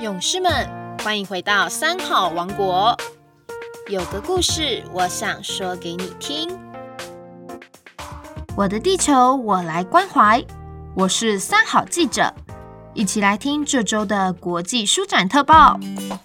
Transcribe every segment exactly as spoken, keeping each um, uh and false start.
勇士们，欢迎回到三好王国。有个故事，我想说给你听。我的地球，我来关怀。我是三好记者，一起来听这周的国际书展特报。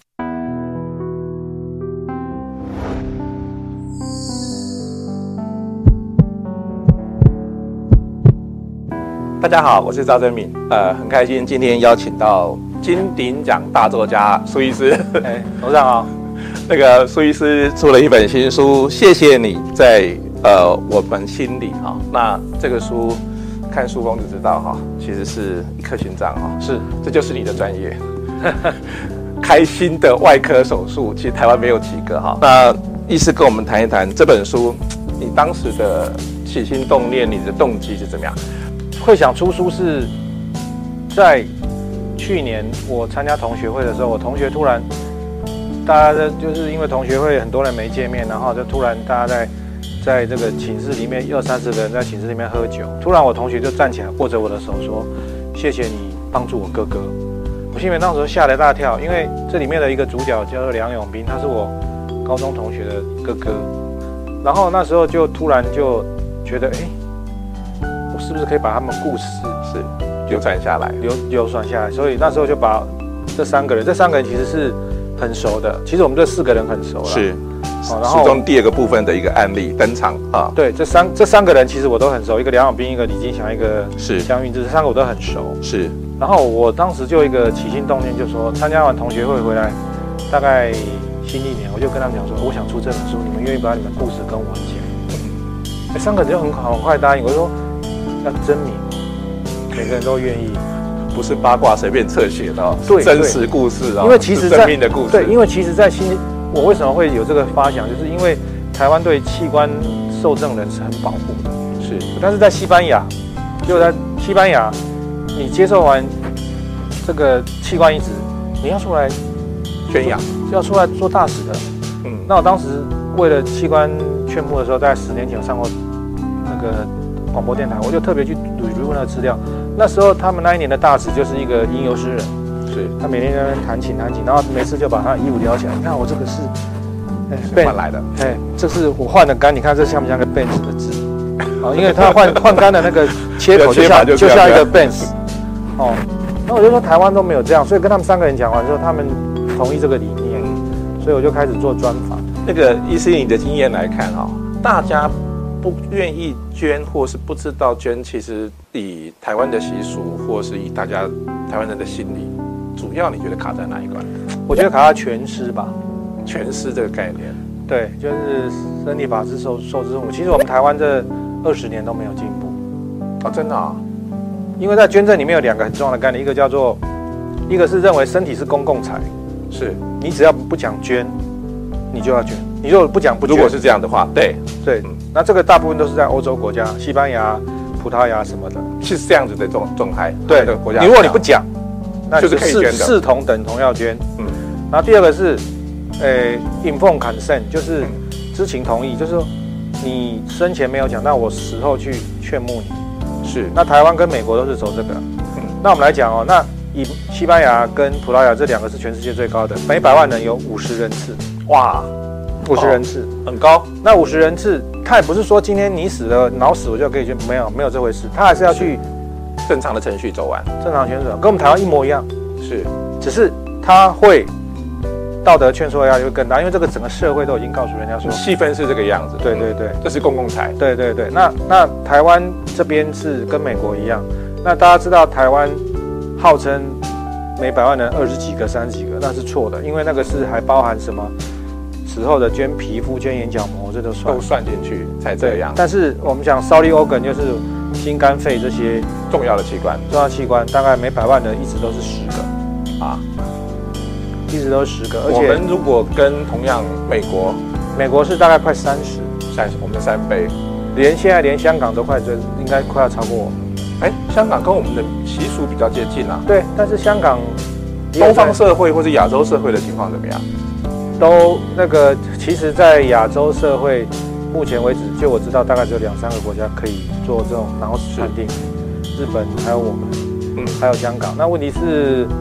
大家好，我是赵正敏，呃，很开心今天邀请到金鼎奖大作家苏医师。 哎，董事长好。 那个苏医师出了一本新书，谢谢你在呃我们心里哈。那这个书看书封就知道哈，其实是一颗心脏哈。 是， 这就是你的专业。开心的外科手术，其实台湾没有几个哈。那医师跟我们谈一谈这本书，你当时的起心动念，你的动机是怎么样？ 会想出书是在去年我参加同学会的时候，我同学突然，大家的就是因为同学会很多人没见面，然后就突然大家在在这个寝室里面二三十个人在寝室里面喝酒，突然我同学就站起来握着我的手说：“谢谢你帮助我哥哥。”我心里面那时候吓了一大跳，因为这里面的一个主角叫做梁永斌，他是我高中同学的哥哥，然后那时候就突然就觉得，哎。是不是可以把他们故事是流传下来， 流流传下来？所以那时候就把这三个人，这三个人其实是很熟的。其实我们这四个人很熟了。 是，哦、然后书中第二个部分的一个案例登场啊。 对，这三这三个人其实我都很熟，一个梁永斌，一个李金祥，一个是江运之，这三个我都很熟。 是。然后我当时就一个起心动念，就说参加完同学会回来，大概新历年，我就跟他们讲说，我想出这本书，你们愿意把你们故事跟我讲？嗯、三个人就很很快答应，我就说。要真名，每个人都愿意， 不是八卦随便侧写的、哦， 对， 真实故事啊、哦。 因为其实在生命的故事， 对，因为其实，在新，我为什么会有这个发想，就是因为台湾对器官受赠人是很保护的， 是， 但是在西班牙，就在西班牙，你接受完这个器官移植，你要出来宣扬， 要出来做大使的。嗯，那我当时为了器官劝募的时候，在十年前有上过那个。广播电台，我就特别去读读那个资料。那时候他们那一年的大使就是一个吟游诗人， 是他每天在那边弹琴弹琴，然后每次就把他的衣服撩起来。你看我这个是， 哎，换来的， 哎，这是我换的肝，你看这像不像个 Benz 的字？哦，因为他换换肝的那个切口就像就像一个 Benz。哦，那我就说台湾都没有这样，所以跟他们三个人讲完之后，他们同意这个理念，所以我就开始做专访。 那个依据你的经验来看哈、哦，大家。不愿意捐，或是不知道捐，其实以台湾的习俗，或是以大家台湾人的心理，主要你觉得卡在哪一关？ 我觉得卡在全尸吧， 全尸这个概念， 对，就是身体发之受受之父母。其实我们台湾这二十年都没有进步啊，真的啊， 因为在捐赠里面有两个很重要的概念，一个叫做，一个是认为身体是公共财， 是你只要不讲捐，你就要捐，你如果不讲不捐， 如果是这样的话，对对。嗯，那这个大部分都是在欧洲国家，西班牙、葡萄牙什么的， 是这样子的状状态。 对的国家，你如果你不讲，那就是可以捐的， 视同等同要捐。嗯，然后第二个是，呃 ，informed consent， 就是知情同意，就是说你生前没有讲，那我死后去劝募你。 是， 那台湾跟美国都是走这个。嗯，那我们来讲哦，那以西班牙跟葡萄牙这两个是全世界最高的，每百万人有五十人次。哇！五十人次、 哦、很高， 那五十人次，他也不是说今天你死了脑死我就可以捐，没有没有这回事，他还是要去正常的程序走完， 正常程序跟我们台湾一模一样， 是， 只是他会道德劝说的压力会更大，因为这个整个社会都已经告诉人家说， 气氛是这个样子， 对对对， 这是公共财， 对对对，那那台湾这边是跟美国一样，那大家知道台湾号称每百万人二十几个、三十几个，那是错的，因为那个是还包含什么？死后的捐皮肤、捐眼角膜，这都算都算进去才这样。 但是我们讲 solid organ 就是心、肝、肺这些重要的器官， 重要器官大概每百万人一直都是十个啊，一直都是十个。而且我们如果跟同样美国， 美国是大概快三十， 三十我们的三倍， 连现在连香港都快追，应该快要超过我们。 哎，香港跟我们的习俗比较接近啊。 对，但是香港东方社会或是亚洲社会的情况怎么样？ 都那个，其实，在亚洲社会，目前为止，就我知道，大概只有两三个国家可以做这种脑死判定，日本还有我们，嗯，还有香港。那问题是，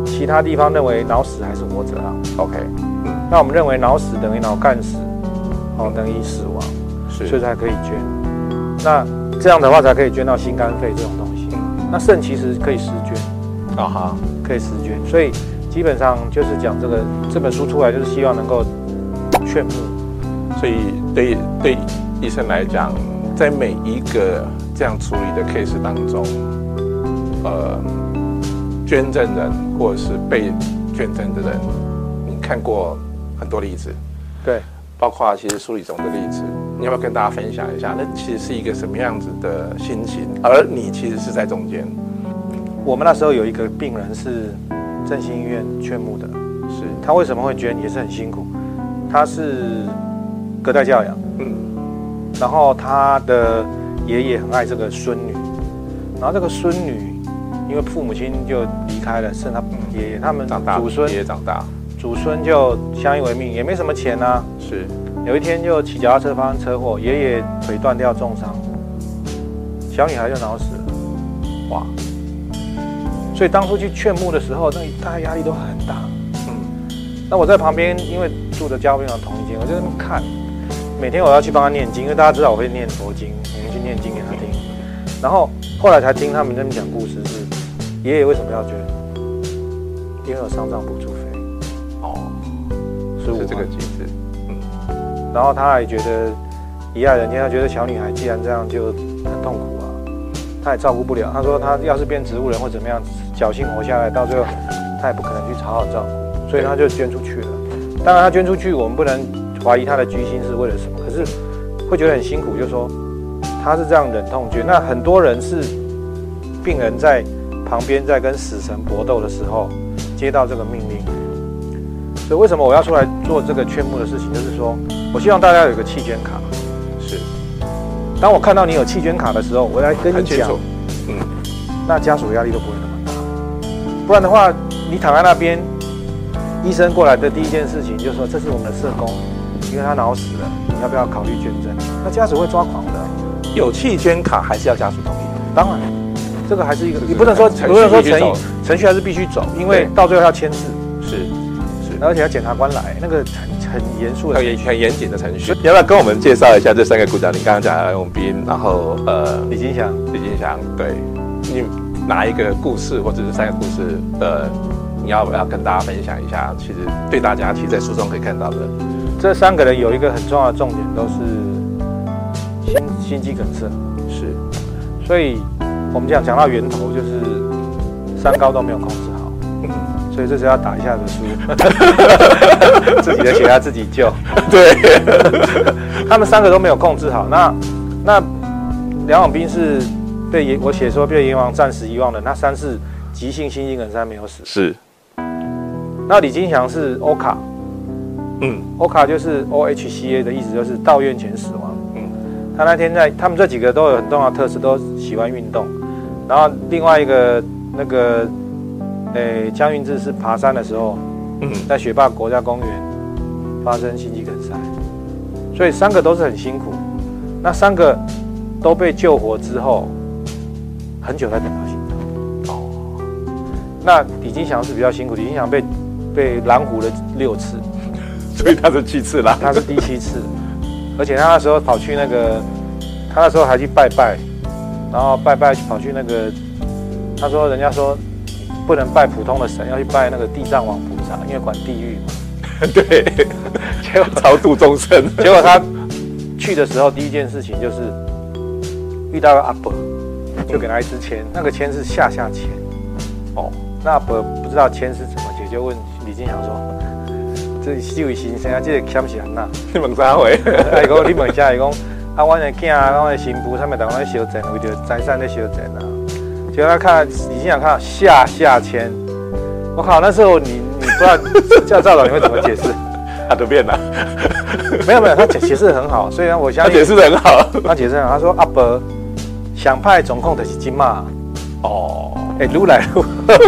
其他地方认为脑死还是活着啊。 OK， 嗯， 那我们认为脑死等于脑干死，哦，等于死亡， 是， 所以才可以捐。那这样的话才可以捐到心肝肺这种东西。那肾其实可以实捐， 啊哈， 可以实捐。所以基本上就是讲这个这本书出来，就是希望能够劝募。 所以对对医生来讲，在每一个这样处理的 case 当中，呃，捐赠人或者是被捐赠的人，你看过很多例子， 对， 包括其实书里中的例子，你要不要跟大家分享一下？那其实是一个什么样子的心情？而你其实是在中间。 我们那时候有一个病人是振兴医院劝募的， 是他为什么会捐也是很辛苦，他是隔代教养， 嗯， 然后他的爷爷很爱这个孙女，然后这个孙女因为父母亲就离开了，剩他爷爷，他们长大， 祖孙爷爷长大， 祖孙就相依为命，也没什么钱啊。 是有一天就骑脚踏车发生车祸，爷爷腿断掉重伤，小女孩就脑死了，哇！所以当初去劝募的时候，那大家压力都很大。 嗯， 那我在旁边，因为住的嘉宾堂同一间，我就在那边看，每天我要去帮他念经，因为大家知道我会念佛经，我们去念经给他听。然后后来才听他们在那边讲故事是，爷爷为什么要捐？因为有丧葬补助费。 哦， 十五万是这个机制。嗯， 然后他还觉得遗爱人间，他觉得小女孩既然这样就很痛苦啊，他也照顾不了。他说他要是变植物人或怎么样，侥幸活下来，到最后他也不可能去好好照顾，所以他就捐出去了。当然他捐出去，我们不能怀疑他的居心是为了什么，可是会觉得很辛苦，就是说他是这样忍痛捐。那很多人是病人在旁边在跟死神搏斗的时候接到这个命令。所以为什么我要出来做这个劝募的事情，就是说我希望大家有一个弃捐卡。 是。 当我看到你有弃捐卡的时候，我来跟你讲， 嗯， 那家属压力都不会那么大。不然的话，你躺在那边，医生过来的第一件事情就是说，这是我们的社工，因为他脑死了，你要不要考虑捐赠？那家属会抓狂的。 有弃捐卡还是要家属同意？ 当然，这个还是一个，你不能说不能说程序程序还是必须走，因为到最后要签字。 是。 而且要检察官来，那个很很严肃的、 很很严谨的程序。要不要跟我们介绍一下这三个主角？你刚刚讲的梁永斌，然后呃李金祥， 李金祥，对，你哪一个故事或者是三个故事，呃，你要不要跟大家分享一下？其实对大家，其实在书中可以看到的， 这三个人有一个很重要的重点，都是心心肌梗塞， 是， 所以我们讲讲到源头，就是三高都没有控制好。所以这是要打一下的书，自己的血压自己救。 对， 他们三个都没有控制好。那那梁永斌是被我写说被阎王暂时遗忘的，那三是急性心肌梗塞没有死。 是。 那李金祥是 O 卡， 嗯 ，O 卡就是 O H C A 的意思，就是到院前死亡。 嗯， 他那天在，他们这几个都有很重要的特质，都喜欢运动。然后另外一个那个。诶，江运志是爬山的时候，嗯，在雪霸国家公园发生心肌梗塞，所以三个都是很辛苦。那三个都被救活之后，很久才等到心脏。哦，那李金祥是比较辛苦，李金祥被被狼虎了六次， 所以他是七次啦， 他是第七次，而且他那时候跑去那个，他那时候还去拜拜，然后拜拜跑去那个，他说人家说。不能拜普通的神，要去拜那个地藏王菩萨，因为管地狱嘛。 对，结果超度众生。 结果他去的时候，第一件事情就是遇到个阿伯，就给他一支签，那个签是下下签。哦，那阿伯不知道签是怎么解，就问李金祥说：“这是位先生啊，这个签是安那？” 你问啥回？ 哎，讲你问一下，伊讲啊，阮的囝啊，阮的新妇，他们当然在修整，为着财产在修整啊。结果他看李金祥看到下下签，我靠！那时候你你不知道叫赵导你会怎么解释？ 他都变了。 没有没有，他解释得很好，所以我相信他解释得很好。 他解释很好，他说阿伯想派总控的是金马。哦，哎，撸来撸。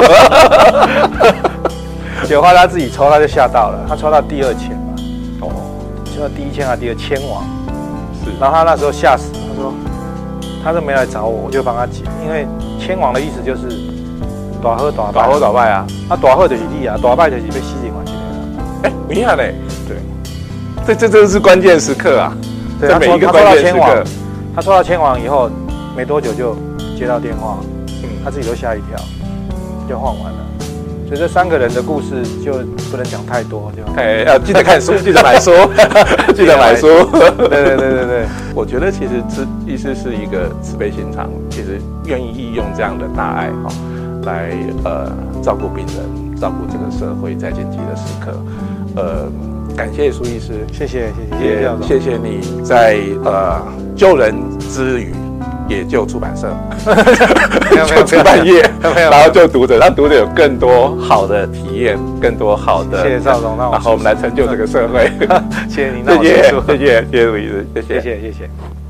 结果他自己抽，他就吓到了，他抽到第二签嘛。哦，抽到第一签还是第二签王？是。然后他那时候吓死，他说他都没来找我，我就帮他解，因为签王的意思就是大好大大好大败啊！ 啊，大好就是你啊，大败就是被死人完一个啦。 哎，厉害嘞！ 对， 这这这是关键时刻啊！ 对， 这每一个关键时刻。 他说到签网以后，没多久就接到电话，嗯，他自己都吓一跳，就换完了。所以这三个人的故事就不能讲太多，就哎，要记得看书，记得买书，记得买书。 对对对对对， 我觉得其实慈医师是一个慈悲心肠，其实愿意利用这样的大爱哈，来呃照顾病人，照顾这个社会在紧急的时刻，呃，感谢苏医师， 谢谢谢谢也谢谢你在呃救人之余。也就出版社，就出版业，然后就读者，让读者有更多好的体验，更多好的。 谢谢赵总， 然后我们来成就这个社会。 谢谢您， 谢谢谢谢谢谢卢医师，谢谢谢谢谢谢。